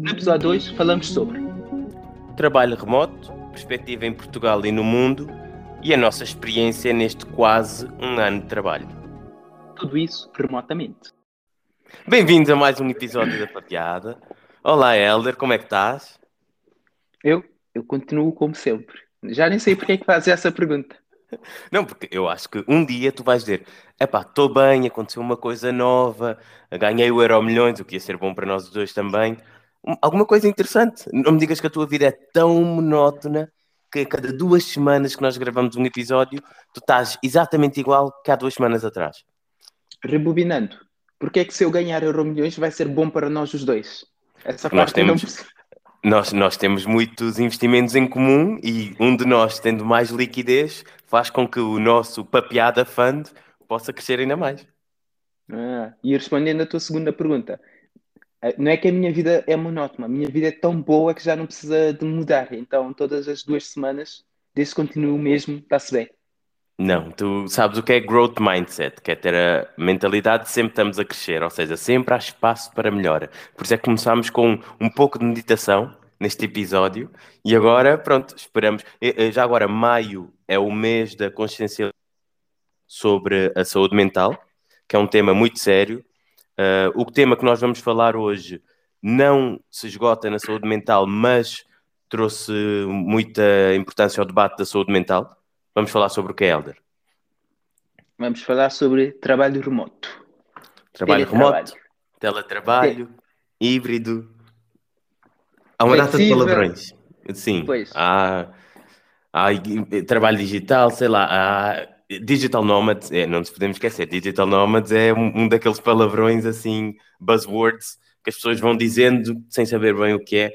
No episódio 2 falamos sobre trabalho remoto, perspectiva em Portugal e no mundo e a nossa experiência neste quase um ano de trabalho. tudo isso remotamente. Bem-vindos a mais um episódio da Papeada. Olá, Hélder, como é que estás? Eu continuo como sempre. Já nem sei porque é que fazes essa pergunta. Não, porque eu acho que um dia tu vais dizer: epá, estou bem, aconteceu uma coisa nova, ganhei o Euromilhões, o que ia ser bom para nós os dois também. Alguma coisa interessante. Não me digas que a tua vida é tão monótona que a cada 2 semanas que nós gravamos um episódio, tu estás exatamente igual que há 2 semanas atrás. Rebobinando, porque é que se eu ganhar Euromilhões vai ser bom para nós os dois? Essa Porque nós parte eu não temos, percebo. nós temos muitos investimentos em comum e um de nós tendo mais liquidez faz com que o nosso Papeada Fund possa crescer ainda mais. E respondendo à tua segunda pergunta, não é que a minha vida é monótona, a minha vida é tão boa que já não precisa de mudar. Então, todas as 2 semanas, desde que continue o mesmo, está-se bem. Não, tu sabes o que é growth mindset, que é ter a mentalidade de sempre estamos a crescer, ou seja, sempre há espaço para melhora. Por isso é que começámos com um pouco de meditação neste episódio e agora, pronto, esperamos. Já agora, maio é o mês da consciência sobre a saúde mental, que é um tema muito sério. O tema que nós vamos falar hoje não se esgota na saúde mental, mas trouxe muita importância ao debate da saúde mental. Vamos falar sobre o que é, Helder? Vamos falar sobre trabalho remoto, Trabalho teletrabalho, remoto, teletrabalho, híbrido. Há uma data de flexível, palavrões. Sim, pois. há trabalho digital, sei lá, há digital nomads, não nos podemos esquecer, digital nomads é um daqueles palavrões assim, buzzwords, que as pessoas vão dizendo sem saber bem o que é.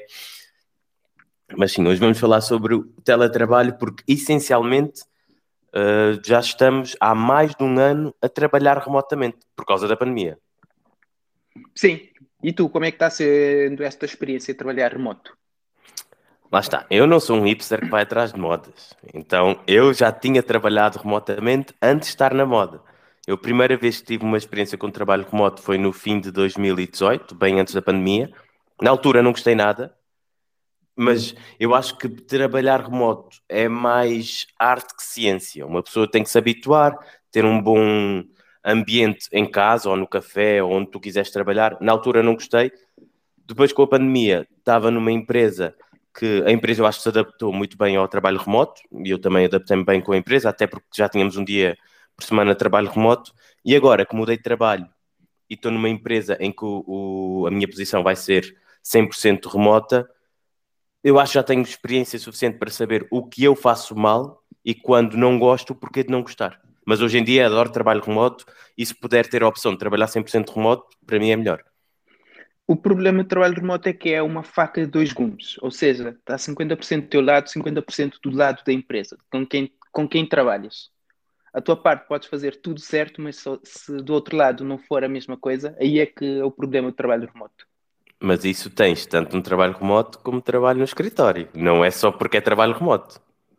Mas sim, hoje vamos falar sobre o teletrabalho porque essencialmente já estamos há mais de um ano a trabalhar remotamente por causa da pandemia. Sim. E tu, como é que está sendo esta experiência de trabalhar remoto? Lá está, eu não sou um hipster que vai atrás de modas. Então, eu já tinha trabalhado remotamente antes de estar na moda. Eu, a primeira vez que tive uma experiência com trabalho remoto foi no fim de 2018, bem antes da pandemia. Na altura não gostei nada, mas eu acho que trabalhar remoto é mais arte que ciência. Uma pessoa tem que se habituar, ter um bom ambiente em casa ou no café ou onde tu quiseres trabalhar. Na altura não gostei. Depois, com a pandemia, estava numa empresa que a empresa eu acho que se adaptou muito bem ao trabalho remoto e eu também adaptei-me bem com a empresa, até porque já tínhamos um dia por semana de trabalho remoto. E agora que mudei de trabalho e estou numa empresa em que a minha posição vai ser 100% remota, eu acho que já tenho experiência suficiente para saber o que eu faço mal e quando não gosto, o porquê de não gostar. Mas hoje em dia adoro trabalho remoto e se puder ter a opção de trabalhar 100% remoto, para mim é melhor. O problema do trabalho remoto é que é uma faca de dois gumes, ou seja, está 50% do teu lado, 50% do lado da empresa, com quem trabalhas. A tua parte podes fazer tudo certo, mas se do outro lado não for a mesma coisa, aí é que é o problema do trabalho remoto. Mas isso tens tanto no trabalho remoto como trabalho no escritório. Não é só porque é trabalho remoto.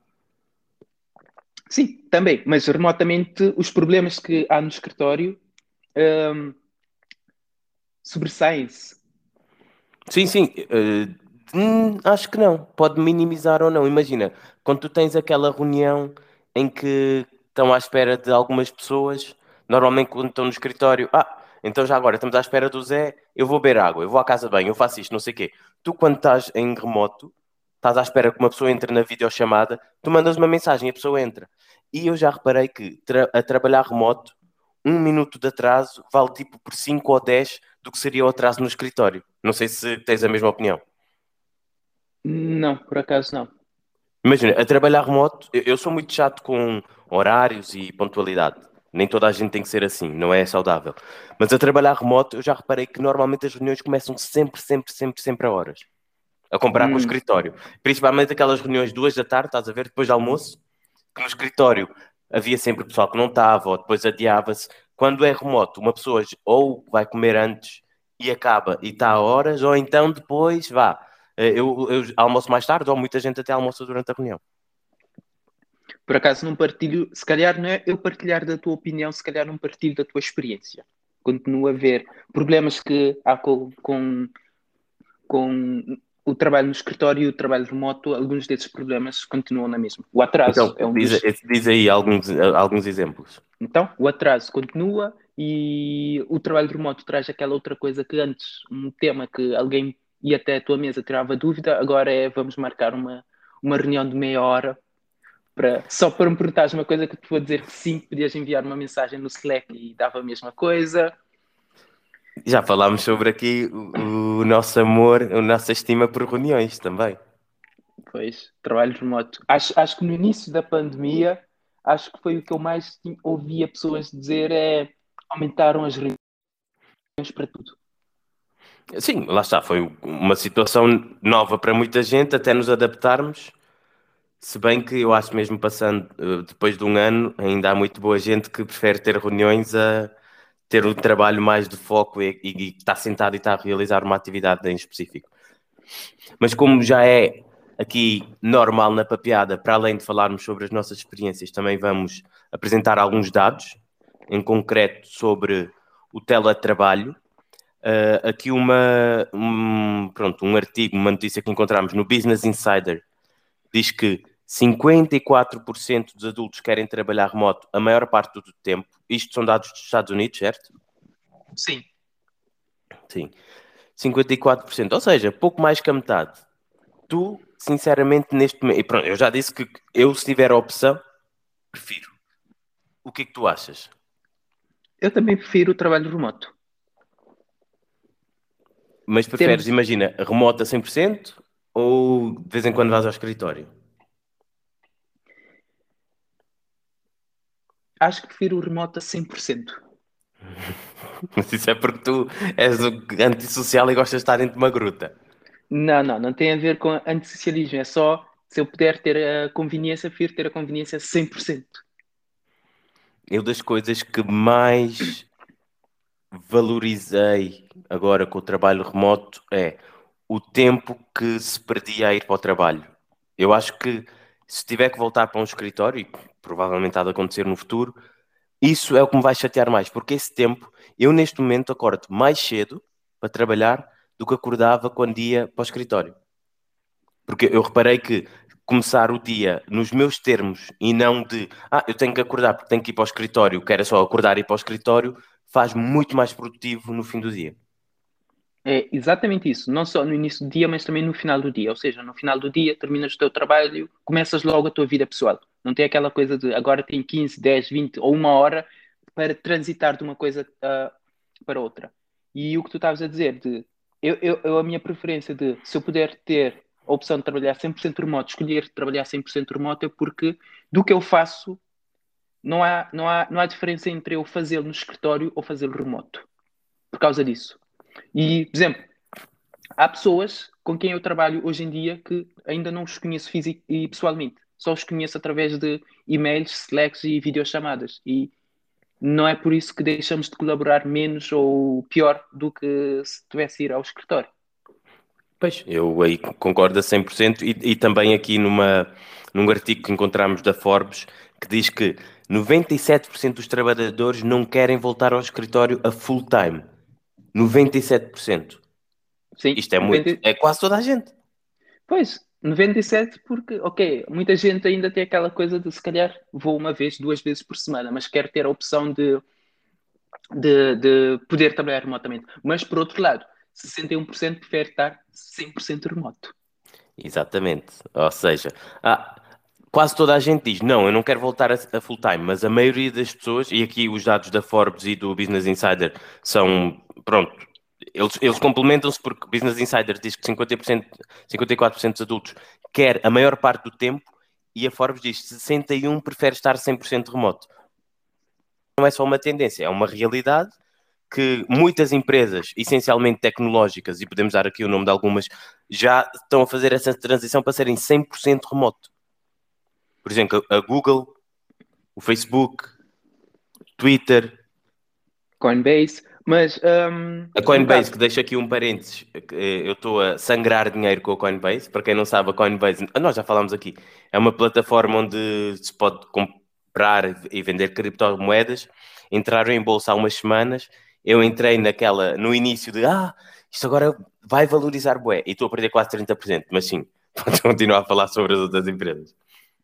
Sim, também, mas remotamente os problemas que há no escritório hum, sobressaem-se. Sim, sim. Acho que não. Pode minimizar ou não. Imagina, quando tu tens aquela reunião em que estão à espera de algumas pessoas, normalmente quando estão no escritório, então já agora estamos à espera do Zé, eu vou beber água, eu vou à casa de banho, eu faço isto, não sei o quê. Tu, quando estás em remoto, estás à espera que uma pessoa entre na videochamada, tu mandas uma mensagem e a pessoa entra. E eu já reparei que a trabalhar remoto, 1 minuto de atraso vale tipo por 5 ou 10 do que seria o atraso no escritório. Não sei se tens a mesma opinião. Não, por acaso não. Imagina, a trabalhar remoto, eu sou muito chato com horários e pontualidade. Nem toda a gente tem que ser assim, não é saudável. Mas a trabalhar remoto, eu já reparei que normalmente as reuniões começam sempre, sempre, sempre, sempre a horas. A comparar com o Hum, escritório. Principalmente aquelas reuniões 2 da tarde, estás a ver, depois do almoço, que no escritório havia sempre pessoal que não estava, ou depois adiava-se. Quando é remoto, uma pessoa ou vai comer antes e acaba e está a horas, ou então depois vá. Eu almoço mais tarde, ou muita gente até almoça durante a reunião. por acaso não partilho, se calhar não é eu partilhar da tua opinião, se calhar não partilho da tua experiência. Continuo a ver problemas que há com com o trabalho no escritório e o trabalho remoto, alguns desses problemas continuam na mesma. O atraso Então, é um dos... diz aí alguns exemplos. Então, o atraso continua e o trabalho remoto traz aquela outra coisa que antes, um tema que alguém ia até a tua mesa tirava dúvida, agora é vamos marcar uma reunião de meia hora só para me perguntares uma coisa que te vou dizer que sim, podias enviar uma mensagem no Slack e dava a mesma coisa. Já falámos sobre aqui o nosso amor, a nossa estima por reuniões também. Pois, trabalho remoto. Acho que no início da pandemia, acho que foi o que eu mais ouvia pessoas dizer é aumentaram as reuniões para tudo. Sim, lá está, foi uma situação nova para muita gente, até nos adaptarmos. Se bem que eu acho mesmo passando, depois de um ano, ainda há muito boa gente que prefere ter reuniões a ter um trabalho mais de foco e está sentado e está a realizar uma atividade em específico. Mas como já é aqui normal na papeada, para além de falarmos sobre as nossas experiências, também vamos apresentar alguns dados, em concreto sobre o teletrabalho. Aqui um artigo, uma notícia que encontramos no Business Insider, diz que 54% dos adultos querem trabalhar remoto a maior parte do tempo. Isto são dados dos Estados Unidos, certo? Sim. Sim. 54%, ou seja, pouco mais que a metade. Tu, sinceramente, neste momento... E pronto, eu já disse que eu, se tiver a opção, prefiro. O que é que tu achas? Eu também prefiro o trabalho remoto. Mas preferes, imagina, remoto a 100% ou de vez em quando vais ao escritório? Acho que prefiro o remoto a 100%. Mas isso é porque tu és o antissocial e gostas de estar dentro de uma gruta. Não tem a ver com antissocialismo. É só, se eu puder ter a conveniência, prefiro ter a conveniência a 100%. Eu das coisas que mais valorizei agora com o trabalho remoto é o tempo que se perdia a ir para o trabalho. Eu acho que se tiver que voltar para um escritório, e provavelmente há de acontecer no futuro, isso é o que me vai chatear mais, porque esse tempo, eu neste momento acordo mais cedo para trabalhar do que acordava quando ia para o escritório. Porque eu reparei que começar o dia nos meus termos e não de eu tenho que acordar porque tenho que ir para o escritório, que era só acordar e ir para o escritório, faz muito mais produtivo no fim do dia. É exatamente isso. Não só no início do dia, mas também no final do dia. Ou seja, no final do dia, terminas o teu trabalho, começas logo a tua vida pessoal. Não tem aquela coisa de agora tem 15, 10, 20 ou uma hora para transitar de uma coisa para outra. E o que tu estavas a dizer, a minha preferência de se eu puder ter a opção de trabalhar 100% remoto, escolher trabalhar 100% remoto, é porque do que eu faço, não há diferença entre eu fazê-lo no escritório ou fazê-lo remoto. Por causa disso. E, por exemplo, há pessoas com quem eu trabalho hoje em dia que ainda não os conheço físico e pessoalmente. Só os conheço através de e-mails, Slacks e videochamadas. E não é por isso que deixamos de colaborar menos ou pior do que se tivesse ir ao escritório. Pois, eu aí concordo a 100% e também aqui num artigo que encontramos da Forbes que diz que 97% dos trabalhadores não querem voltar ao escritório a full time. 97%. Sim, Isto é muito, é quase toda a gente. Pois, 97 porque, ok, muita gente ainda tem aquela coisa de se calhar vou uma vez, duas vezes por semana, mas quero ter a opção de poder trabalhar remotamente. Mas, por outro lado, 61% prefere estar 100% remoto. Exatamente. Ou seja, quase toda a gente diz, não, eu não quero voltar a full time, mas a maioria das pessoas, e aqui os dados da Forbes e do Business Insider são, pronto, eles complementam-se porque o Business Insider diz que 50%, 54% dos adultos quer a maior parte do tempo e a Forbes diz que 61% prefere estar 100% remoto. Não é só uma tendência, é uma realidade que muitas empresas, essencialmente tecnológicas, e podemos dar aqui o nome de algumas, já estão a fazer essa transição para serem 100% remoto. Por exemplo, a Google, o Facebook, Twitter, Coinbase, mas a um Coinbase, caso, que deixa aqui um parênteses, eu estou a sangrar dinheiro com a Coinbase. Para quem não sabe, a Coinbase, nós já falámos aqui, é uma plataforma onde se pode comprar e vender criptomoedas. Entraram em bolsa há umas semanas. Eu entrei no início de isto agora vai valorizar bué. E estou a perder quase 30%, mas sim, podes continuar a falar sobre as outras empresas.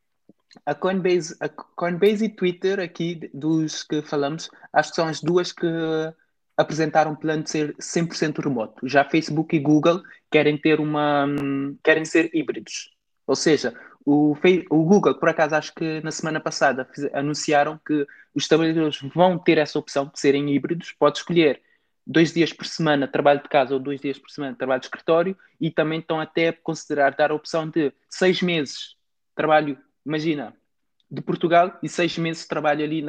A Coinbase e Twitter, aqui dos que falamos, acho que são as duas que apresentaram um plano de ser 100% remoto. Já Facebook e Google querem ser híbridos. Ou seja, o Google, por acaso, acho que na semana passada anunciaram que os trabalhadores vão ter essa opção de serem híbridos. Pode escolher 2 dias por semana trabalho de casa ou 2 dias por semana trabalho de escritório, e também estão até a considerar dar a opção de 6 meses trabalho, imagina, de Portugal, e 6 meses de trabalho ali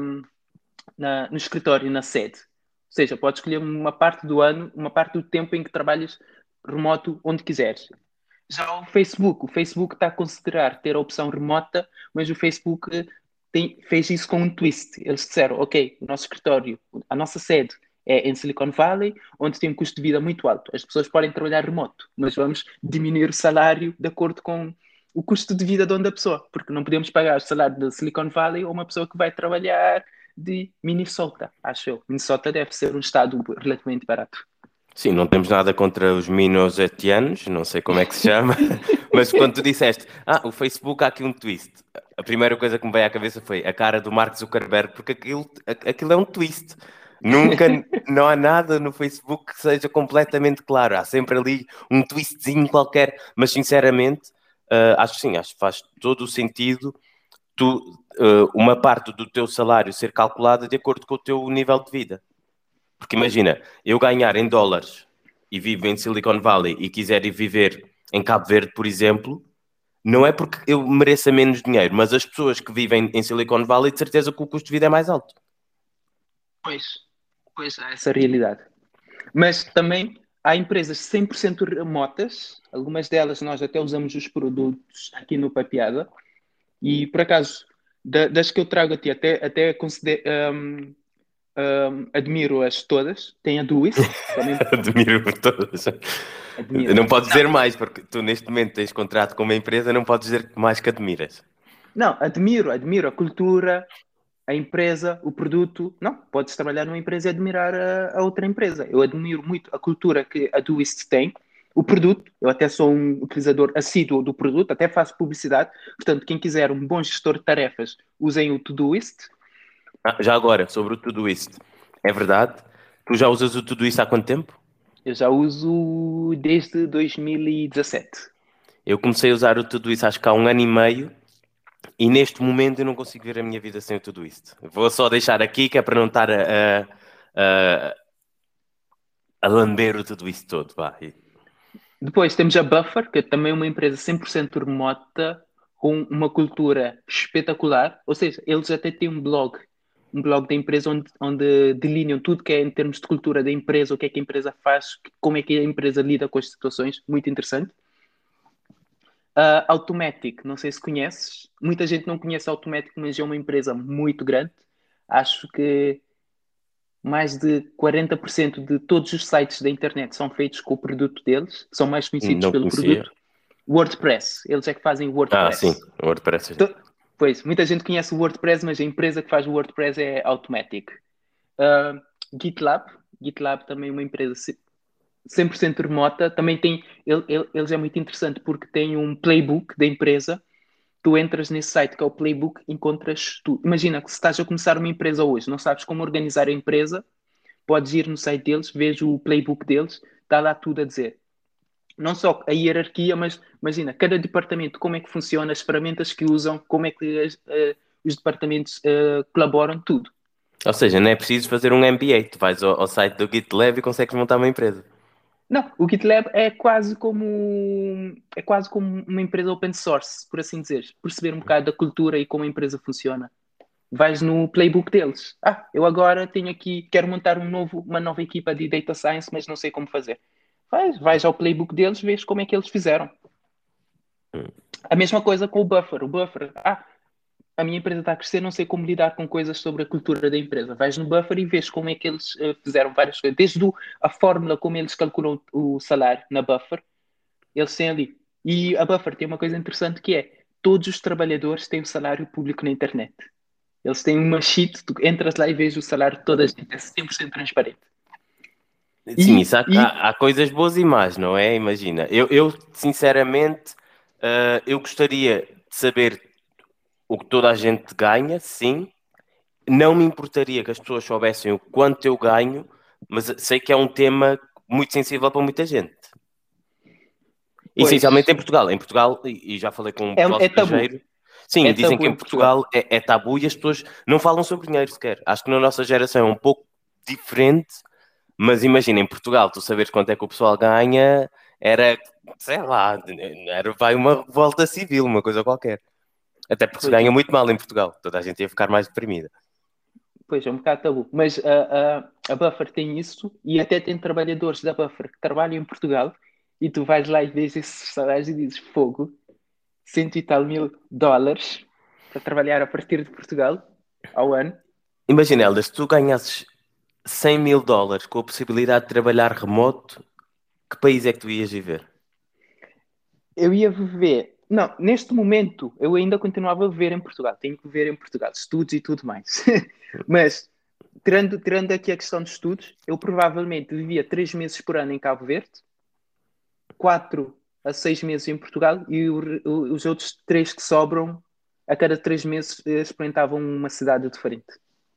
no escritório, na sede. Ou seja, podes escolher uma parte do ano, uma parte do tempo em que trabalhas remoto onde quiseres. Já o Facebook está a considerar ter a opção remota, mas o Facebook fez isso com um twist. Eles disseram, ok, o nosso escritório, a nossa sede é em Silicon Valley, onde tem um custo de vida muito alto. As pessoas podem trabalhar remoto, mas vamos diminuir o salário de acordo com o custo de vida de onde a pessoa, porque não podemos pagar o salário de Silicon Valley a uma pessoa que vai trabalhar de Minnesota, acho eu. Minnesota deve ser um estado relativamente barato. Sim, não temos nada contra os minusetianos, não sei como é que se chama, mas quando tu disseste, o Facebook há aqui um twist, a primeira coisa que me veio à cabeça foi a cara do Mark Zuckerberg, porque aquilo é um twist. Nunca, não há nada no Facebook que seja completamente claro, há sempre ali um twistzinho qualquer, mas sinceramente, acho que sim, acho que faz todo o sentido uma parte do teu salário ser calculada de acordo com o teu nível de vida. Porque imagina, eu ganhar em dólares e vivo em Silicon Valley e quiser ir viver em Cabo Verde, por exemplo, não é porque eu mereça menos dinheiro, mas as pessoas que vivem em Silicon Valley, de certeza que o custo de vida é mais alto. Pois, pois há essa realidade. Mas também há empresas 100% remotas, algumas delas nós até usamos os produtos aqui no Papeada, e por acaso, das que eu trago a ti, até admiro-as todas. Tem a Doist, também Admiro todas. admiro. Não podes Não, dizer mais, porque tu neste momento tens contrato com uma empresa, não podes dizer mais que admiras. não, admiro a cultura, a empresa, o produto. Não, podes trabalhar numa empresa e admirar a outra empresa. Eu admiro muito a cultura que a Doist tem, o produto. Eu até sou um utilizador assíduo do produto, até faço publicidade. Portanto, quem quiser um bom gestor de tarefas, usem o Todoist. Já agora, sobre o Todoist, é verdade? Tu já usas o Todoist há quanto tempo? Eu já uso desde 2017. Eu comecei a usar o Todoist acho que há 1 ano e meio e neste momento eu não consigo ver a minha vida sem o Todoist. Vou só deixar aqui que é para não estar a lamber o Todoist todo. Vá. Depois temos a Buffer, que é também uma empresa 100% remota, com uma cultura espetacular. Ou seja, eles até têm um blog da empresa onde delineam tudo que é em termos de cultura da empresa, o que é que a empresa faz, como é que a empresa lida com as situações. Muito interessante. A Automatic, não sei se conheces. Muita gente não conhece a Automatic, mas é uma empresa muito grande. Acho que mais de 40% de todos os sites da internet são feitos com o produto deles, são mais conhecidos Não pelo conhecia. produto. WordPress, eles é que fazem Sim, WordPress. o WordPress. Pois, muita gente conhece o WordPress, mas a empresa que faz o WordPress é Automatic. Uh, GitLab também é uma empresa 100% remota. Também tem, eles é muito interessante porque tem um playbook da empresa. Tu entras nesse site que é o playbook, encontras tudo. Imagina que se estás a começar uma empresa hoje, não sabes como organizar a empresa, podes ir no site deles, vês o playbook deles, está lá tudo a dizer. Não só a hierarquia, mas imagina, cada departamento, como é que funciona, as ferramentas que usam, como é que os departamentos colaboram, tudo. Ou seja, não é preciso fazer um MBA. Tu vais ao site do GitLab e consegues montar uma empresa. Não, o GitLab é quase como uma empresa open source, por assim dizer. Perceber um bocado da cultura e como a empresa funciona. Vais no playbook deles. Eu agora tenho aqui, quero montar uma nova equipa de Data Science, mas não sei como fazer. Vais ao playbook deles, vês como é que eles fizeram. A mesma coisa com o Buffer. O Buffer, a minha empresa está a crescer, não sei como lidar com coisas sobre a cultura da empresa. Vais no Buffer e vês como é que eles fizeram várias coisas. Desde a fórmula como eles calculam o salário na Buffer, eles têm ali. E a Buffer tem uma coisa interessante que é, todos os trabalhadores têm o salário público na internet. Eles têm uma sheet, tu entras lá e vês o salário de toda a gente, é 100% transparente. Sim, E, isso há coisas boas e más, não é? Imagina, eu sinceramente, eu gostaria de saber o que toda a gente ganha, sim. Não me importaria que as pessoas soubessem o quanto eu ganho, mas sei que é um tema muito sensível para muita gente. Essencialmente pois, em Portugal. Em Portugal, e já falei com um é, pessoal é tabu. estrangeiro, sim, É dizem tabu que em em Portugal. Portugal é tabu e as pessoas não falam sobre dinheiro sequer. Acho que na nossa geração é um pouco diferente, mas imagina, em Portugal, tu saberes quanto é que o pessoal ganha, era, sei lá, vai uma revolta civil, uma coisa qualquer. Até porque se Pois, ganha muito mal em Portugal, toda a gente ia ficar mais deprimida. pois é um bocado tabu. Mas a Buffer tem isso e até tem trabalhadores da Buffer que trabalham em Portugal e tu vais lá e vês esses salários e dizes fogo, 100 e tal mil dólares para trabalhar a partir de Portugal ao ano. Imagina, Helder, se tu ganhasses 100 mil dólares com a possibilidade de trabalhar remoto, que país é que tu ias viver? Eu ia viver. Não, neste momento eu ainda continuava a viver em Portugal. Tenho que viver em Portugal, estudos e tudo mais. Mas, tirando aqui a questão de estudos, eu provavelmente vivia 3 meses por ano em Cabo Verde, 4 a 6 meses em Portugal e os outros 3 que sobram, a cada 3 meses, experimentavam uma cidade diferente.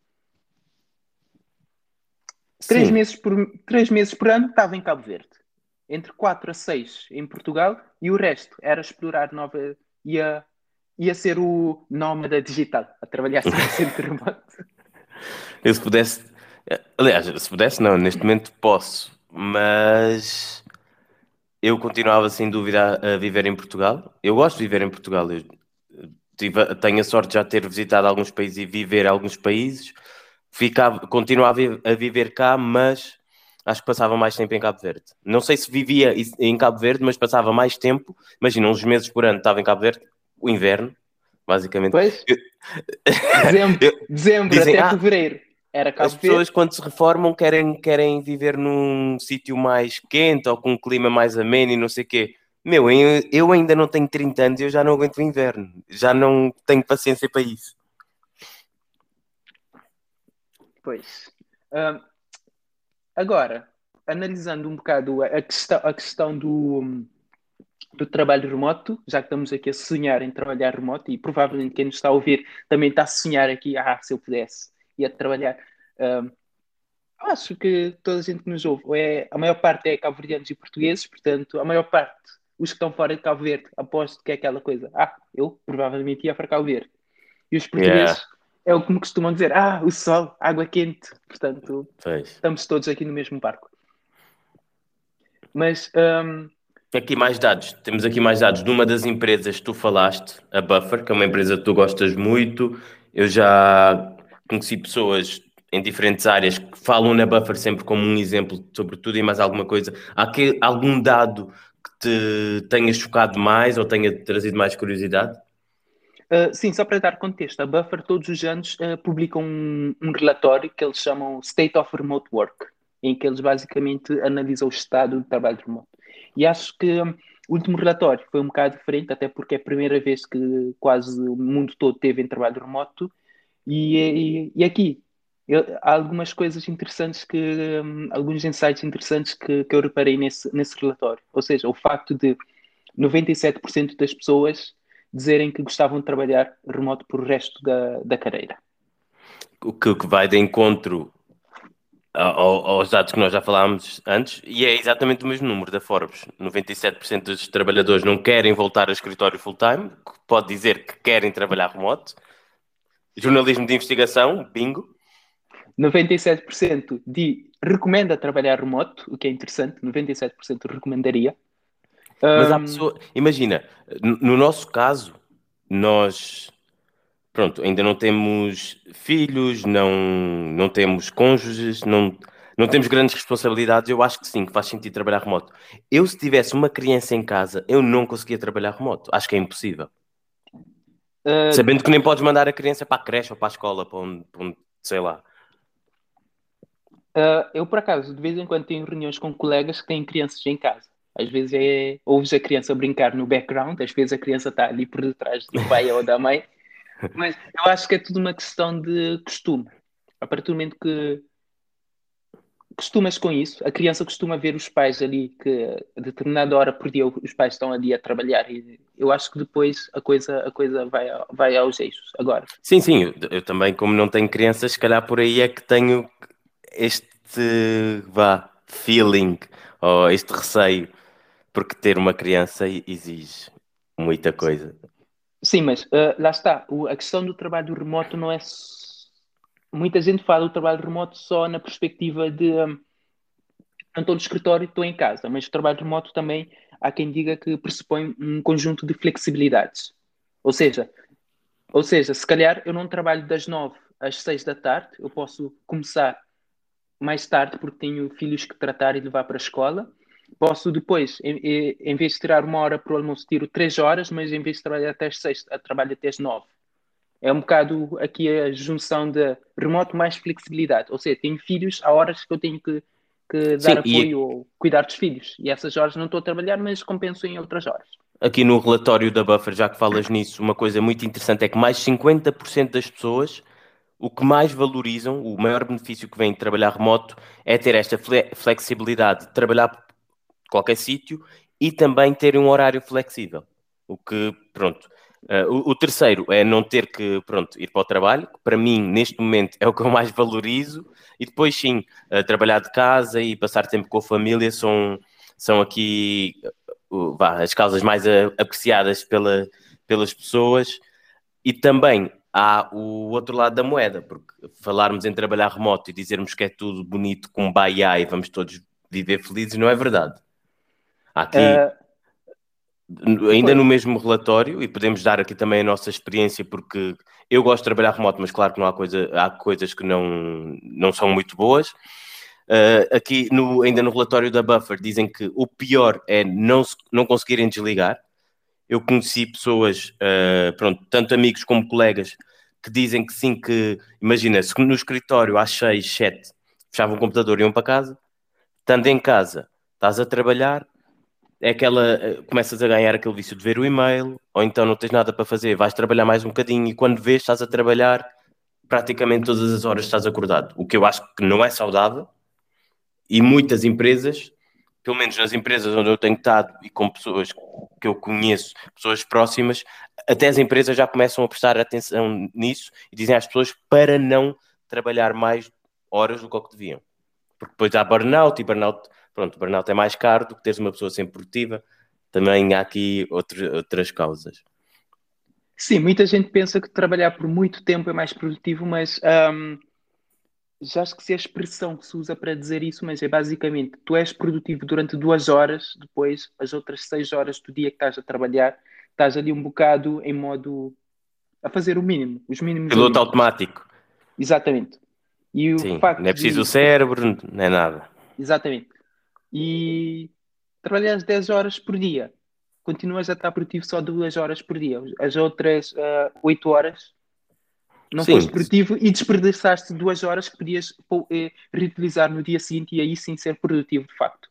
Três Sim, meses por, 3 meses por ano estava em Cabo Verde. Entre 4 a 6 em Portugal e o resto era explorar nova. Ia, ia ser o nómada digital, a trabalhar 100% remoto. eu se pudesse. Aliás, se pudesse, não, neste momento posso, mas eu continuava sem dúvida a viver em Portugal. Eu gosto de viver em Portugal. Eu tenho a sorte de já ter visitado alguns países e viver em alguns países. Continuava a viver cá, mas acho que passava mais tempo em Cabo Verde. Não sei se vivia em Cabo Verde, mas passava mais tempo. Imagina, uns meses por ano estava em Cabo Verde, o inverno, basicamente. Pois, dezembro, Eu- dezembro Dizem, até fevereiro era as Cabo pessoas Verde. quando se reformam querem viver num sítio mais quente ou com um clima mais ameno e não sei o quê. Meu, eu ainda não tenho 30 anos e eu já não aguento o inverno. Já não tenho paciência para isso. Pois. Ah, agora, analisando um bocado a questão do trabalho remoto, já que estamos aqui a sonhar em trabalhar remoto, e provavelmente quem nos está a ouvir também está a sonhar aqui, se eu pudesse, ia trabalhar. Um, Acho que toda a gente que nos ouve, a maior parte é cabo-verdianos e portugueses, portanto, a maior parte, os que estão fora de Cabo Verde, aposto que é aquela coisa, eu provavelmente ia para Cabo Verde. E os Yeah, portugueses é o que me costumam dizer, o sol, água quente, portanto, pois. estamos todos aqui no mesmo barco. Mas, Aqui mais dados. Temos aqui mais dados de uma das empresas que tu falaste, a Buffer, que é uma empresa que tu gostas muito. Eu já conheci pessoas em diferentes áreas que falam na Buffer sempre como um exemplo sobre tudo e mais alguma coisa. Há aqui algum dado que te tenha chocado mais ou tenha trazido mais curiosidade? sim, só para dar contexto, a Buffer todos os anos publicam um relatório que eles chamam State of Remote Work, em que eles basicamente analisam o estado do trabalho remoto. E acho que o último relatório foi um bocado diferente, até porque é a primeira vez que quase o mundo todo teve em trabalho remoto. E aqui há algumas coisas interessantes alguns insights interessantes que eu reparei nesse relatório. Ou seja, o facto de 97% das pessoas dizerem que gostavam de trabalhar remoto por o resto da carreira. O que vai de encontro aos dados que nós já falámos antes, e é exatamente o mesmo número da Forbes. 97% dos trabalhadores não querem voltar ao escritório full-time, que pode dizer que querem trabalhar remoto. Jornalismo de investigação, bingo. 97% recomenda trabalhar remoto, o que é interessante, 97% recomendaria. Mas há Um, pessoa, imagina, no nosso caso, nós, pronto, ainda não temos filhos, não temos cônjuges, não temos grandes responsabilidades. Eu acho que sim, que faz sentido trabalhar remoto. Eu, se tivesse uma criança em casa, eu não conseguia trabalhar remoto. Acho que é impossível. uh, Sabendo que nem podes mandar a criança para a creche ou para a escola, para onde, sei lá. eu, por acaso, de vez em quando tenho reuniões com colegas que têm crianças em casa. Às vezes ouves a criança brincar no background, às vezes a criança está ali por detrás do pai ou da mãe, mas eu acho que é tudo uma questão de costume. A partir do momento que costumas com isso, a criança costuma ver os pais ali que a determinada hora por dia os pais estão ali a trabalhar e eu acho que depois a coisa vai aos eixos. Agora, Sim, sim, eu também, como não tenho crianças, se calhar por aí é que tenho este, feeling, ou este receio, porque ter uma criança exige muita coisa. sim, mas lá está, a questão do trabalho remoto não é. Muita gente fala do trabalho remoto só na perspectiva de não estou no escritório, estou em casa, mas o trabalho remoto também há quem diga que pressupõe um conjunto de flexibilidades. Ou seja, Ou seja, se calhar eu não trabalho das 9 às 6 da tarde, eu posso começar mais tarde porque tenho filhos que tratar e levar para a escola. Posso depois, em vez de tirar uma hora para o almoço, tiro 3 horas, mas em vez de trabalhar até às 6, trabalho até às 9. É um bocado aqui a junção de remoto mais flexibilidade. Ou seja, tenho filhos, há horas que eu tenho que dar Sim, apoio e ou cuidar dos filhos. E essas horas não estou a trabalhar, mas compenso em outras horas. aqui no relatório da Buffer, já que falas nisso, uma coisa muito interessante é que mais 50% das pessoas, o que mais valorizam, o maior benefício que vem de trabalhar remoto é ter esta flexibilidade de trabalhar por qualquer sítio e também ter um horário flexível. O que, pronto. O terceiro é não ter que, pronto, ir para o trabalho, que para mim, neste momento, é o que eu mais valorizo. E depois, sim, trabalhar de casa e passar tempo com a família são aqui as causas mais apreciadas pelas pessoas. E também há o outro lado da moeda, porque falarmos em trabalhar remoto e dizermos que é tudo bonito com baia e vamos todos viver felizes, não é verdade. Há aqui, Uh, ainda no pois, mesmo relatório, e podemos dar aqui também a nossa experiência, porque eu gosto de trabalhar remoto, mas claro que não há coisas que não são muito boas. Aqui, ainda no relatório da Buffer, dizem que o pior é não conseguirem desligar. Eu conheci pessoas, pronto, tanto amigos como colegas, que dizem que sim, que imagina, se no escritório às 6, 7 fechavam o computador e iam para casa, estando em casa, estás a trabalhar, é aquela, começas a ganhar aquele vício de ver o e-mail, ou então não tens nada para fazer, vais trabalhar mais um bocadinho e quando vês, estás a trabalhar praticamente todas as horas estás acordado, o que eu acho que não é saudável e muitas empresas, pelo menos nas empresas onde eu tenho estado e com pessoas que eu conheço, pessoas próximas, até as empresas já começam a prestar atenção nisso e dizem às pessoas para não trabalhar mais horas do que o que deviam. Porque depois há burnout e burnout, pronto, burnout é mais caro do que teres uma pessoa sempre produtiva. Também há aqui outras causas. sim, muita gente pensa que trabalhar por muito tempo é mais produtivo, mas já esqueci a expressão que se usa para dizer isso, mas é basicamente tu és produtivo durante 2 horas, depois as outras 6 horas do dia que estás a trabalhar, estás ali um bocado em modo a fazer o mínimo, os mínimos Piloto olímpicos. automático, Exatamente. E o sim, não é facto preciso o de. cérebro, não é nada. Exatamente. E trabalhas 10 horas por dia, continuas a estar produtivo só 2 horas por dia. As outras 8 horas não foste Sim, produtivo e desperdiçaste 2 horas que podias reutilizar no dia seguinte e aí sim ser produtivo de facto.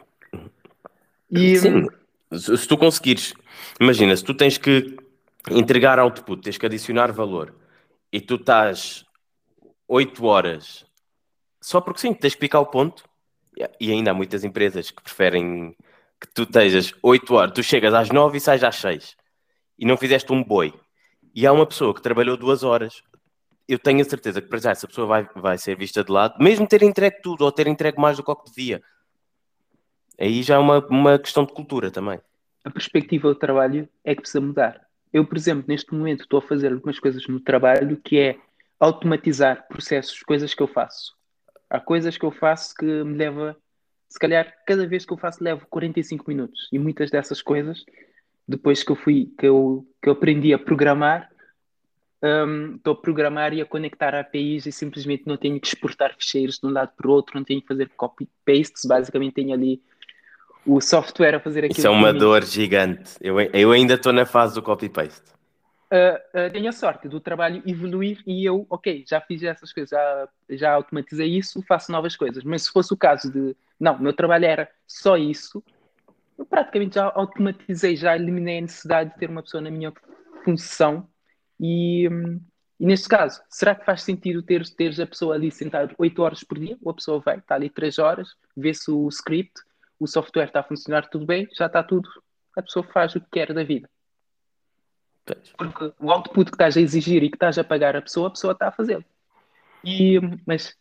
E sim. Se tu conseguires, imagina, se tu tens que entregar output, tens que adicionar valor e tu estás 8 horas só porque sim, tens que picar o ponto. E ainda há muitas empresas que preferem que tu estejas 8 horas, tu chegas às 9 e sais às 6 e não fizeste um boi. E há uma pessoa que trabalhou 2 horas. Eu tenho a certeza que para já essa pessoa vai ser vista de lado, mesmo ter entregue tudo ou ter entregue mais do que o que devia. Aí já é uma questão de cultura também. a perspectiva do trabalho é que precisa mudar. Eu, por exemplo, neste momento estou a fazer algumas coisas no trabalho que é automatizar processos, coisas que eu faço. Há coisas que eu faço que me leva, se calhar, cada vez que eu faço levo 45 minutos. E muitas dessas coisas, depois que eu aprendi a programar, estou a programar e a conectar APIs e simplesmente não tenho que exportar ficheiros de um lado para o outro, não tenho que fazer copy-pastes, basicamente tenho ali o software a fazer Isso é aquilo por uma mim. dor gigante. Eu ainda estou na fase do copy-paste. Tenho a sorte do trabalho evoluir e eu, ok, já fiz essas coisas, já automatizei isso, faço novas coisas. Mas se fosse o caso de, não, o meu trabalho era só isso, eu praticamente já automatizei, já eliminei a necessidade de ter uma pessoa na minha função e E neste caso, será que faz sentido teres a pessoa ali sentada 8 horas por dia? Ou a pessoa vai, está ali 3 horas, vê se o script, o software está a funcionar tudo bem, já está tudo. A pessoa faz o que quer da vida. Pois. Porque o output que estás a exigir e que estás a pagar a pessoa está a fazê-lo. E, mas,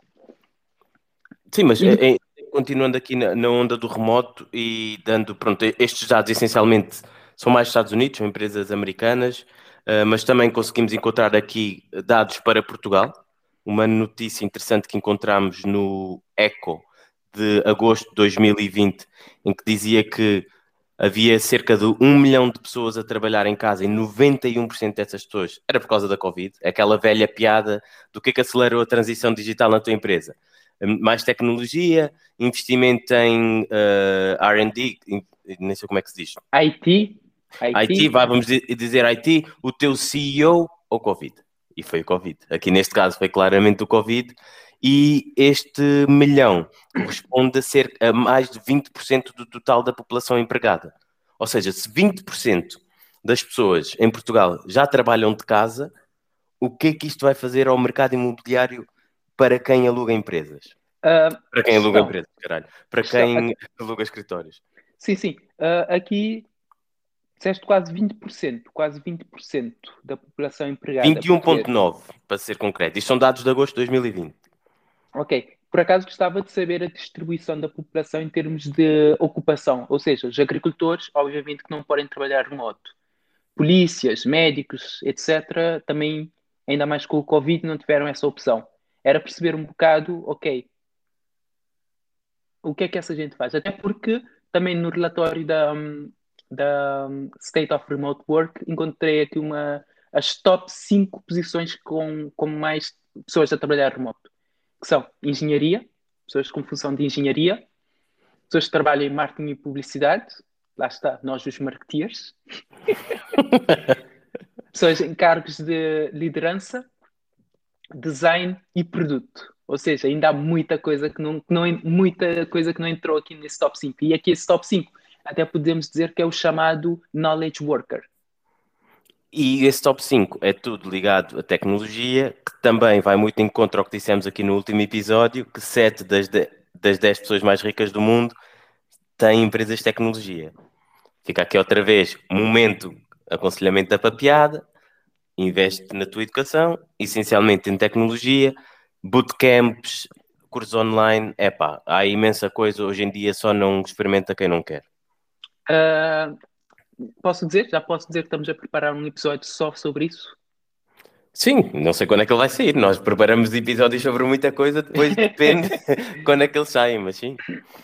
Sim, mas e, continuando aqui na onda do remoto e dando, pronto, estes dados essencialmente são mais Estados Unidos, são empresas americanas, mas também conseguimos encontrar aqui dados para Portugal. Uma notícia interessante que encontramos no Eco de agosto de 2020, em que dizia que havia cerca de 1 milhão de pessoas a trabalhar em casa e 91% dessas pessoas era por causa da Covid. Aquela velha piada do que é que acelerou a transição digital na tua empresa. Mais tecnologia, investimento em R&D, nem sei como é que se diz. IT, IT, IT, vamos dizer IT, o teu CEO ou Covid. E foi o Covid. Aqui neste caso foi claramente o Covid. E este milhão corresponde a mais de 20% do total da população empregada. Ou seja, se 20% das pessoas em Portugal já trabalham de casa, o que é que isto vai fazer ao mercado imobiliário para quem aluga empresas? Para quem aluga questão, empresas, caralho. Para questão, quem aluga escritórios. sim, sim, aqui disseste quase 20% da população empregada portuguesa. 21,9, para ser concreto. Isto são dados de agosto de 2020. Ok, por acaso gostava de saber a distribuição da população em termos de ocupação, ou seja, os agricultores, obviamente, que não podem trabalhar remoto. Polícias, médicos, etc., também, ainda mais com o Covid, não tiveram essa opção. Era perceber um bocado, ok, o que é que essa gente faz? Até porque também no relatório da State of Remote Work encontrei aqui as top 5 posições com mais pessoas a trabalhar remoto, que são engenharia, pessoas com função de engenharia, pessoas que trabalham em marketing e publicidade, lá está, nós os marketeers, pessoas em cargos de liderança, design e produto. Ou seja, ainda há muita coisa muita coisa que não entrou aqui nesse top 5. E aqui esse top 5 até podemos dizer que é o chamado knowledge worker. E esse top 5 é tudo ligado à tecnologia, que também vai muito em contra ao que dissemos aqui no último episódio, que 7 das 10 pessoas mais ricas do mundo têm empresas de tecnologia. Fica aqui outra vez, momento, aconselhamento da papiada, investe na tua educação, essencialmente em tecnologia, bootcamps, cursos online, epá, há imensa coisa, hoje em dia só não experimenta quem não quer. Uh, já posso dizer que estamos a preparar um episódio só sobre isso? Sim, não sei quando é que ele vai sair. Nós preparamos episódios sobre muita coisa, depois depende quando é que eles saem, mas sim.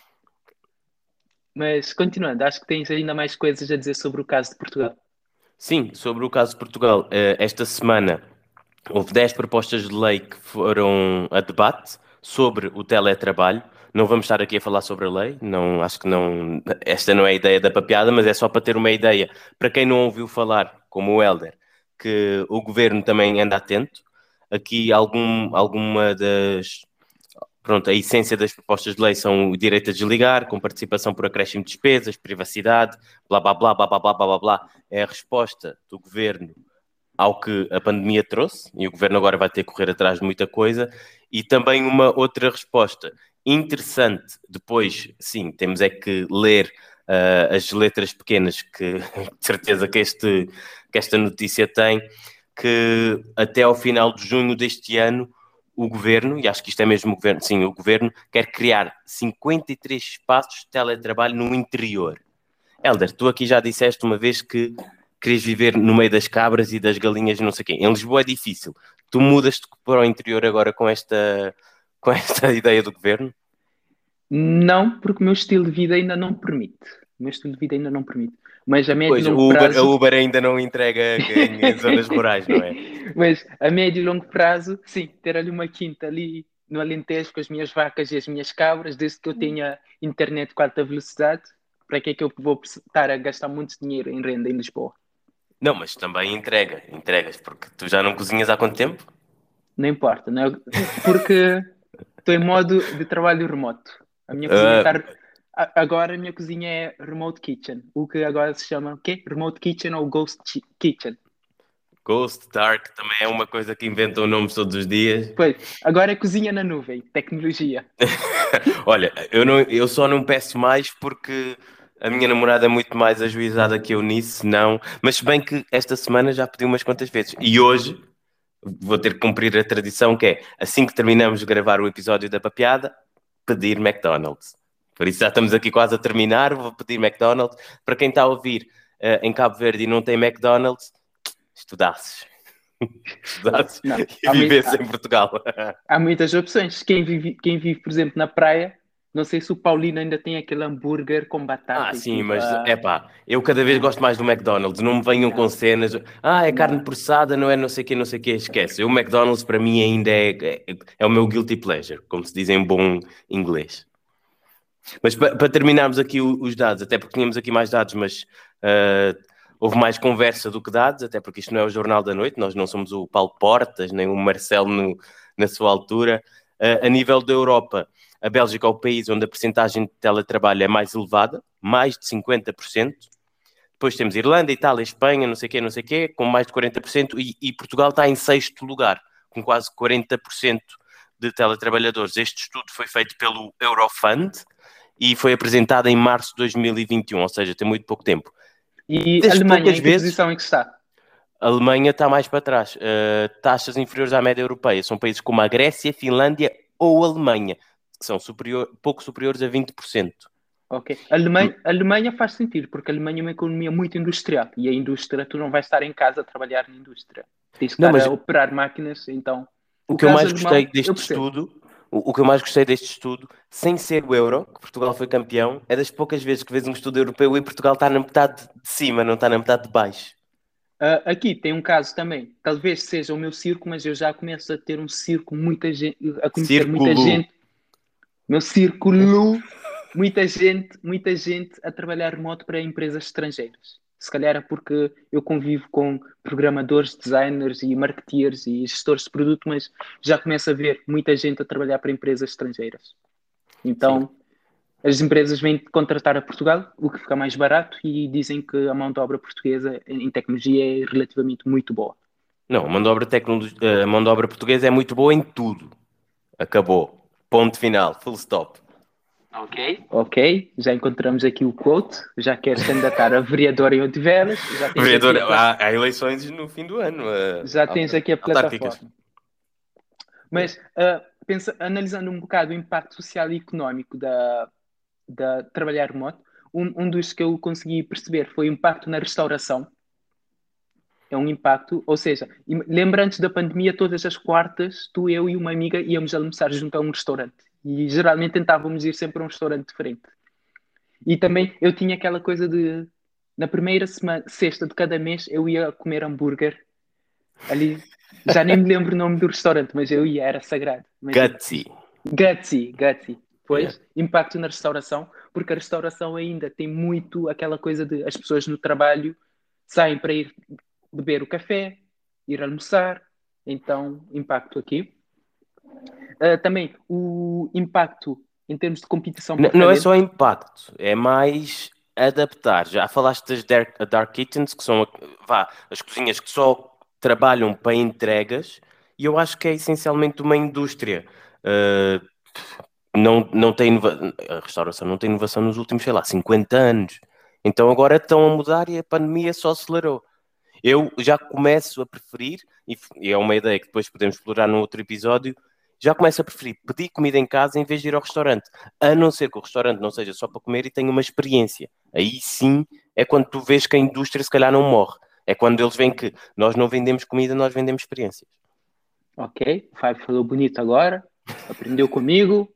Mas continuando, acho que tens ainda mais coisas a dizer sobre o caso de Portugal. Sim, sobre o caso de Portugal, esta semana houve 10 propostas de lei que foram a debate sobre o teletrabalho. Não vamos estar aqui a falar sobre a lei, não, acho que não, esta não é a ideia da papiada, mas é só para ter uma ideia, para quem não ouviu falar, como o Helder, que o governo também anda atento. Aqui alguma das Pronto, a essência das propostas de lei são o direito a desligar, com participação por acréscimo de despesas, privacidade, blá, blá, blá, blá, blá, blá, blá, blá, blá. É a resposta do governo ao que a pandemia trouxe, e o governo agora vai ter que correr atrás de muita coisa, e também uma outra resposta interessante, depois, sim, temos é que ler as letras pequenas que de certeza que esta notícia tem, que até ao final de junho deste ano o governo, e acho que isto é mesmo o governo, sim, o governo quer criar 53 espaços de teletrabalho no interior. Helder, tu aqui já disseste uma vez que querias viver no meio das cabras e das galinhas e não sei o quê. Em Lisboa é difícil. Tu mudas-te para o interior agora com esta ideia do governo? Não, porque o meu estilo de vida ainda não permite. O meu estilo de vida ainda não permite. Mas a médio e Pois, longo A prazo. Uber ainda não entrega em zonas rurais, não é? Mas a médio e longo prazo, sim, ter ali uma quinta ali no Alentejo com as minhas vacas e as minhas cabras, desde que eu tenha internet de alta velocidade, para que é que eu vou estar a gastar muito dinheiro em renda em Lisboa? Não, mas também entregas, porque tu já não cozinhas há quanto tempo? Não importa, não é? Porque estou em modo de trabalho remoto. A minha cozinha Ah, está. Agora a minha cozinha é remote kitchen, o que agora se chama o quê? Remote kitchen ou ghost kitchen. Ghost, Dark, também é uma coisa que inventam nomes todos os dias. Pois, agora é cozinha na nuvem, tecnologia. Olha, eu só não peço mais porque a minha namorada é muito mais ajuizada que eu nisso, não. Mas se bem que esta semana já pedi umas quantas vezes. E hoje vou ter que cumprir a tradição que é, assim que terminamos de gravar o episódio da papeada, pedir McDonald's. Por isso já estamos aqui quase a terminar, vou pedir McDonald's. Para quem está a ouvir em Cabo Verde e não tem McDonald's, estudasses. Estudasses Não, e vivesse em Portugal. há muitas opções. Quem vive, por exemplo, na praia, não sei se o Paulino ainda tem aquele hambúrguer com batata e Sim, tudo. mas é pá, eu cada vez gosto mais do McDonald's. Não me venham com cenas. É carne Não. processada, não é não sei o quê, não sei o quê. Esquece. O McDonald's para mim ainda é o meu guilty pleasure, como se diz em bom inglês. Mas para terminarmos aqui os dados, até porque tínhamos aqui mais dados, mas houve mais conversa do que dados, até porque isto não é o Jornal da Noite, nós não somos o Paulo Portas, nem o Marcelo na sua altura. A nível da Europa, a Bélgica é o país onde a percentagem de teletrabalho é mais elevada, mais de 50%. Depois temos Irlanda, Itália, Espanha, não sei o quê, com mais de 40%, e Portugal está em sexto lugar, com quase 40% de teletrabalhadores. Este estudo foi feito pelo Eurofund e foi apresentado em março de 2021, ou seja, tem muito pouco tempo. E a Alemanha, em que posição é que está? A Alemanha está mais para trás. Taxas inferiores à média europeia. São países como a Grécia, Finlândia ou a Alemanha, que são pouco superiores a 20%. Ok. A Alemanha faz sentido, porque a Alemanha é uma economia muito industrial. E a indústria, tu não vais estar em casa a trabalhar na indústria. Tens que estar a operar máquinas, então... O que eu mais gostei deste estudo, o que eu mais gostei deste estudo, sem ser o Euro, que Portugal foi campeão, é das poucas vezes que vês um estudo europeu e Portugal está na metade de cima, não está na metade de baixo. Aqui tem um caso também, talvez seja o meu círculo, mas eu já começo a ter um círculo, a conhecer muita gente. Meu círculo, muita gente a trabalhar remoto para empresas estrangeiras. Se calhar é porque eu convivo com programadores, designers e marketeers e gestores de produto, mas já começo a ver muita gente a trabalhar para empresas estrangeiras. Então, as empresas vêm contratar a Portugal, o que fica mais barato, e dizem que a mão de obra portuguesa em tecnologia é relativamente muito boa. Não, a mão de obra portuguesa é muito boa em tudo. Acabou. Ponto final. Full stop. Ok, já encontramos aqui o quote, já quer se candidatar a vereador em Odivelas. Há eleições no fim do ano. Já tens aqui a plataforma. Mas, analisando um bocado o impacto social e económico da trabalhar remoto, um dos que eu consegui perceber foi o impacto na restauração. É um impacto, ou seja, lembra antes da pandemia, todas as quartas, tu, eu e uma amiga íamos almoçar junto a um restaurante. E geralmente tentávamos ir sempre a um restaurante diferente. E também eu tinha aquela coisa de, na primeira sexta de cada mês, eu ia comer hambúrguer ali. Já nem me lembro o nome do restaurante, mas eu ia, era sagrado. Gutsy. Pois, impacto na restauração, porque a restauração ainda tem muito aquela coisa de as pessoas no trabalho saem para ir beber o café, ir almoçar, então impacto aqui. Também o impacto em termos de competição por Não é talento. só impacto, é mais adaptar. Já falaste das dark kitchens, que são as cozinhas que só trabalham para entregas, e eu acho que é essencialmente uma indústria. Não tem a restauração não tem inovação nos últimos, 50 anos. Então agora estão a mudar e a pandemia só acelerou. Eu já começo a preferir, e é uma ideia que depois podemos explorar num outro episódio, já começo a preferir pedir comida em casa em vez de ir ao restaurante. A não ser que o restaurante não seja só para comer e tenha uma experiência. Aí sim é quando tu vês que a indústria se calhar não morre. É quando eles veem que nós não vendemos comida, nós vendemos experiências. Ok, o Fábio falou bonito agora, aprendeu comigo.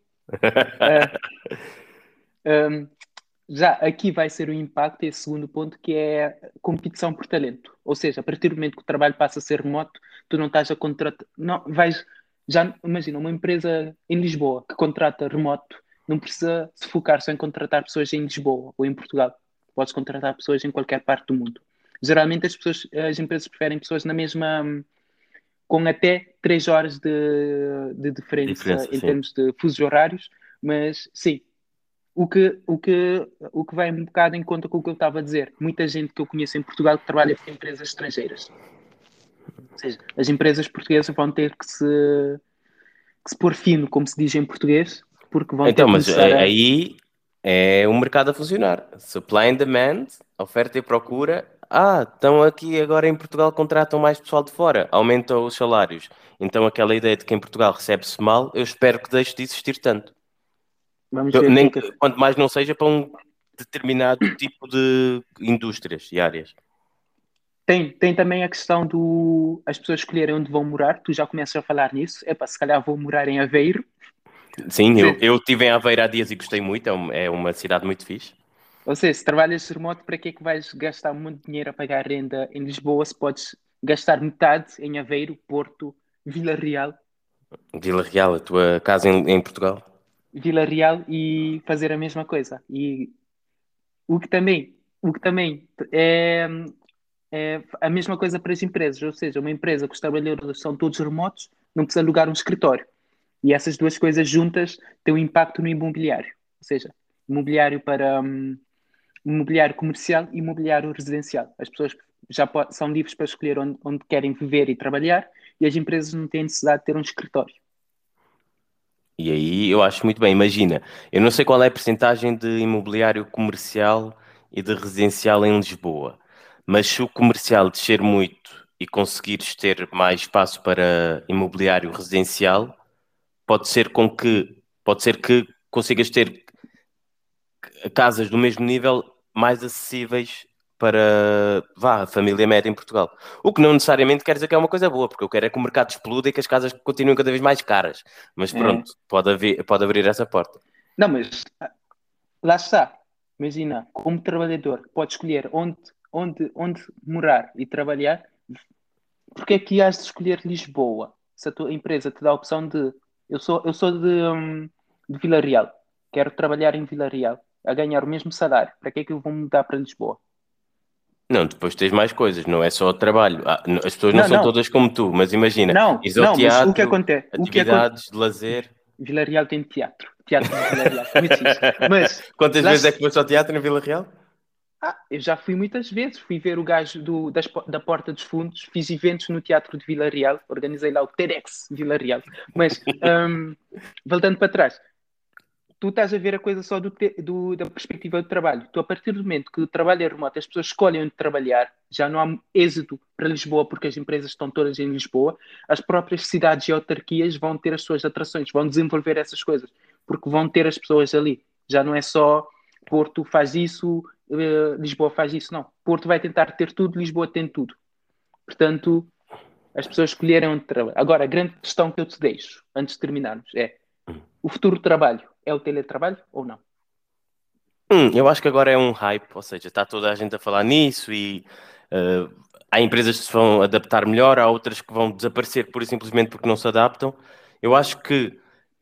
Já aqui vai ser o impacto, esse segundo ponto, que é a competição por talento. Ou seja, a partir do momento que o trabalho passa a ser remoto, tu não estás a contratar... Já imagina, uma empresa em Lisboa que contrata remoto, não precisa se focar só em contratar pessoas em Lisboa ou em Portugal. Podes contratar pessoas em qualquer parte do mundo. Geralmente as empresas preferem pessoas na mesma... com até 3 horas de diferença em termos de fusos horários, mas sim, o que vai um bocado em conta com o que eu estava a dizer. Muita gente que eu conheço em Portugal que trabalha para empresas estrangeiras. Ou seja, as empresas portuguesas vão ter que se pôr fino, como se diz em português, porque vão ter Então, que mas começar a. aí é o mercado a funcionar. Supply and demand, oferta e procura. Ah, estão aqui agora em Portugal, contratam mais pessoal de fora, aumentam os salários. Então aquela ideia de que em Portugal recebe-se mal, eu espero que deixe de existir tanto. Vamos ver o que Nem, é que. quanto mais não seja para um determinado tipo de indústrias e áreas. Tem também a questão do as pessoas escolherem onde vão morar. Tu já começas a falar nisso. Epá, se calhar vou morar em Aveiro. Sim, eu, Se- eu estive em Aveiro há dias e gostei muito, é uma cidade muito fixe. Ou seja, se trabalhas remoto, para que é que vais gastar muito dinheiro a pagar renda em Lisboa se podes gastar metade em Aveiro, Porto, Vila Real, Vila Real, a tua casa em Portugal. Vila Real e fazer a mesma coisa? E o que também é a mesma coisa para as empresas. Ou seja, uma empresa que os trabalhadores são todos remotos, não precisa alugar um escritório. E essas duas coisas juntas têm um impacto no imobiliário. Ou seja, imobiliário para imobiliário comercial e imobiliário residencial. As pessoas são livres para escolher onde querem viver e trabalhar e as empresas não têm necessidade de ter um escritório. E aí eu acho muito bem. Imagina, eu não sei qual é a percentagem de imobiliário comercial e de residencial em Lisboa, mas se o comercial descer muito e conseguires ter mais espaço para imobiliário residencial, pode ser que consigas ter casas do mesmo nível mais acessíveis para, vá, a família média em Portugal. O que não necessariamente quer dizer que é uma coisa boa, porque eu quero é que o mercado exploda e que as casas continuem cada vez mais caras. Mas É. pronto, pode abrir essa porta. Não, mas lá está. Imagina, como trabalhador, pode escolher onde morar e trabalhar. Porque é que has de escolher Lisboa? Se a tua empresa te dá a opção de eu sou de Vila Real, quero trabalhar em Vila Real, a ganhar o mesmo salário, para que é que eu vou mudar para Lisboa? Não, depois tens mais coisas, não é só o trabalho. As pessoas não Não, são não, todas como tu, mas imagina, não, ires ao não, mas o que teatro, acontece? atividades de lazer. Vila Real tem teatro de Vila Real, muito fixe. Mas Quantas lá, vezes é que foste ao teatro na Vila Real? eu já fui muitas vezes, fui ver o gajo da Porta dos Fundos, fiz eventos no Teatro de Vila Real, organizei lá o TEDx Vila Real. Mas, voltando para trás, tu estás a ver a coisa só da perspectiva do trabalho. Tu, a partir do momento que o trabalho é remoto, as pessoas escolhem onde trabalhar, já não há êxito para Lisboa porque as empresas estão todas em Lisboa, as próprias cidades e autarquias vão ter as suas atrações, vão desenvolver essas coisas, porque vão ter as pessoas ali. Já não é só Porto faz isso, Lisboa faz isso, não. Porto vai tentar ter tudo, Lisboa tem tudo. Portanto, as pessoas escolherem onde trabalhar. Agora, a grande questão que eu te deixo, antes de terminarmos, é o futuro trabalho é o teletrabalho ou não? Eu acho que agora é um hype, ou seja, está toda a gente a falar nisso e eh, há empresas que se vão adaptar melhor, há outras que vão desaparecer pura e simplesmente porque não se adaptam. Eu acho que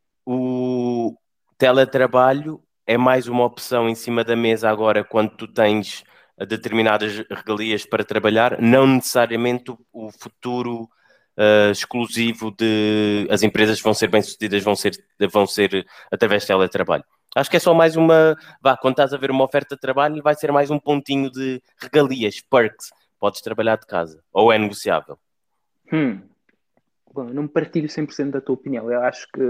o teletrabalho é mais uma opção em cima da mesa agora quando tu tens determinadas regalias para trabalhar, não necessariamente o futuro exclusivo de as empresas vão ser bem-sucedidas, vão ser através de teletrabalho. Acho que é só mais uma. Vá, quando estás a ver uma oferta de trabalho, vai ser mais um pontinho de regalias, perks. Podes trabalhar de casa. Ou é negociável. Hum. Bom, eu não partilho 100% da tua opinião. Eu acho que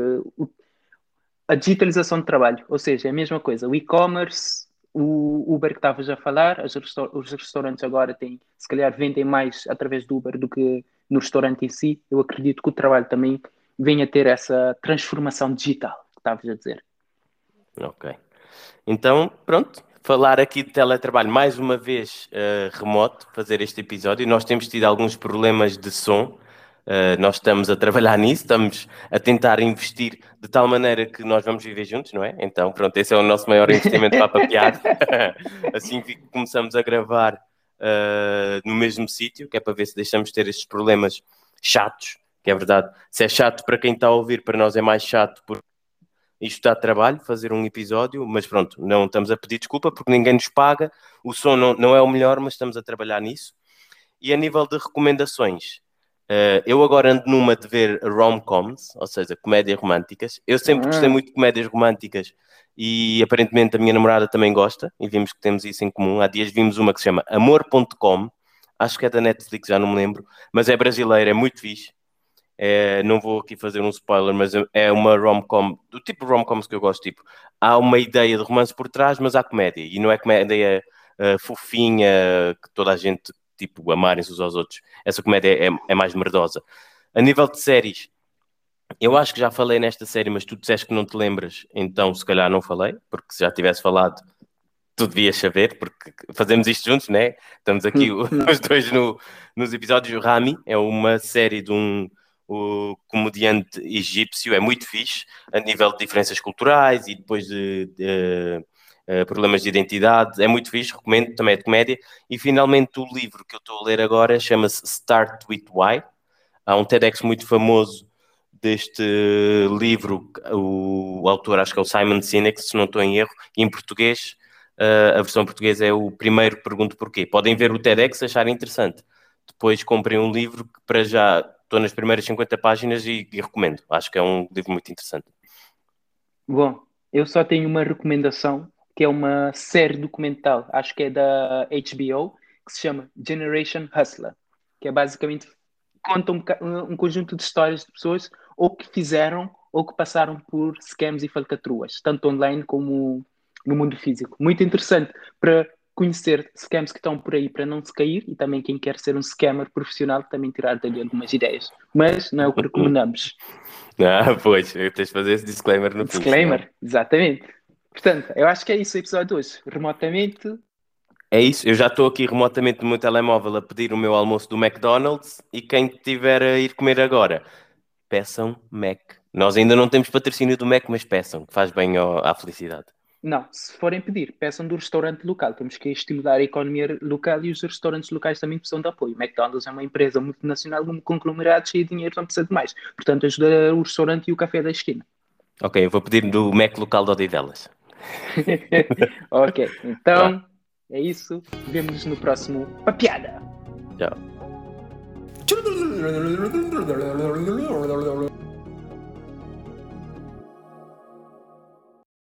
a digitalização de trabalho, ou seja, é a mesma coisa. O e-commerce, o Uber que estavas a falar, os restaurantes agora têm, se calhar vendem mais através do Uber do que no restaurante em si. Eu acredito que o trabalho também venha a ter essa transformação digital que estavas a dizer. Ok. Então, pronto. Falar aqui de teletrabalho mais uma vez remoto, fazer este episódio. Nós temos tido alguns problemas de som. Nós estamos a trabalhar nisso, estamos a tentar investir de tal maneira que nós vamos viver juntos, não é? Então, pronto, esse é o nosso maior investimento para a papear. Assim que começamos a gravar no mesmo sítio, que é para ver se deixamos de ter estes problemas chatos, que é verdade. Se é chato para quem está a ouvir, para nós é mais chato porque isto dá trabalho, fazer um episódio, mas pronto, não estamos a pedir desculpa porque ninguém nos paga, o som não é o melhor, mas estamos a trabalhar nisso. E a nível de recomendações, eu agora ando numa de ver rom-coms, ou seja, comédias românticas. Eu sempre gostei Ah, muito de comédias românticas e aparentemente a minha namorada também gosta, e vimos que temos isso em comum. Há dias vimos uma que se chama Amor.com. acho que é da Netflix, já não me lembro, mas é brasileira, é muito fixe. Não vou aqui fazer um spoiler, mas é uma rom-com, do tipo de rom-coms que eu gosto, tipo, há uma ideia de romance por trás, mas há comédia, e não é comédia fofinha, que toda a gente, tipo, amarem-se uns aos outros. Essa comédia é mais merdosa. A nível de séries, eu acho que já falei nesta série, mas tu disseste que não te lembras, então se calhar não falei, porque se já tivesse falado, tu devias saber, porque fazemos isto juntos, né? Estamos aqui os dois nos episódios. Rami é uma série de o comediante egípcio, é muito fixe, a nível de diferenças culturais e depois de problemas de identidade, é muito fixe, recomendo, também é de comédia. E finalmente o livro que eu estou a ler agora chama-se Start With Why. Há um TEDx muito famoso deste livro, o autor acho que é o Simon Sinek, se não estou em erro, e em português, a versão portuguesa é o primeiro Pergunto Porquê. Podem ver o TEDx se acharem interessante. Depois comprem um livro que para já estou nas primeiras 50 páginas e recomendo. Acho que é um livro muito interessante. Bom, eu só tenho uma recomendação, que é uma série documental, acho que é da HBO, que se chama Generation Hustler, que é basicamente conta um conjunto de histórias de pessoas ou que fizeram ou que passaram por scams e falcatruas, tanto online como no mundo físico. Muito interessante para conhecer scams que estão por aí para não se cair e também quem quer ser um scammer profissional também tirar dali algumas ideias. Mas não é o que recomendamos. Pois, tens de fazer esse disclaimer no fim. Disclaimer, exatamente. Portanto, eu acho que é isso o episódio de hoje. Remotamente. É isso, eu já estou aqui remotamente no meu telemóvel a pedir o meu almoço do McDonald's e quem tiver a ir comer agora, peçam Mac. Nós ainda não temos patrocínio do Mac, mas peçam, que faz bem à felicidade. Não, se forem pedir, peçam do restaurante local. Temos que estimular a economia local e os restaurantes locais também precisam de apoio. O McDonald's é uma empresa multinacional, um conglomerado cheio de dinheiro, não precisa de mais. Portanto, ajuda o restaurante e o café da esquina. Ok, eu vou pedir do Mac local de Odivelas. Ok, então é isso. Vemo-nos no próximo Papiada. Tchau.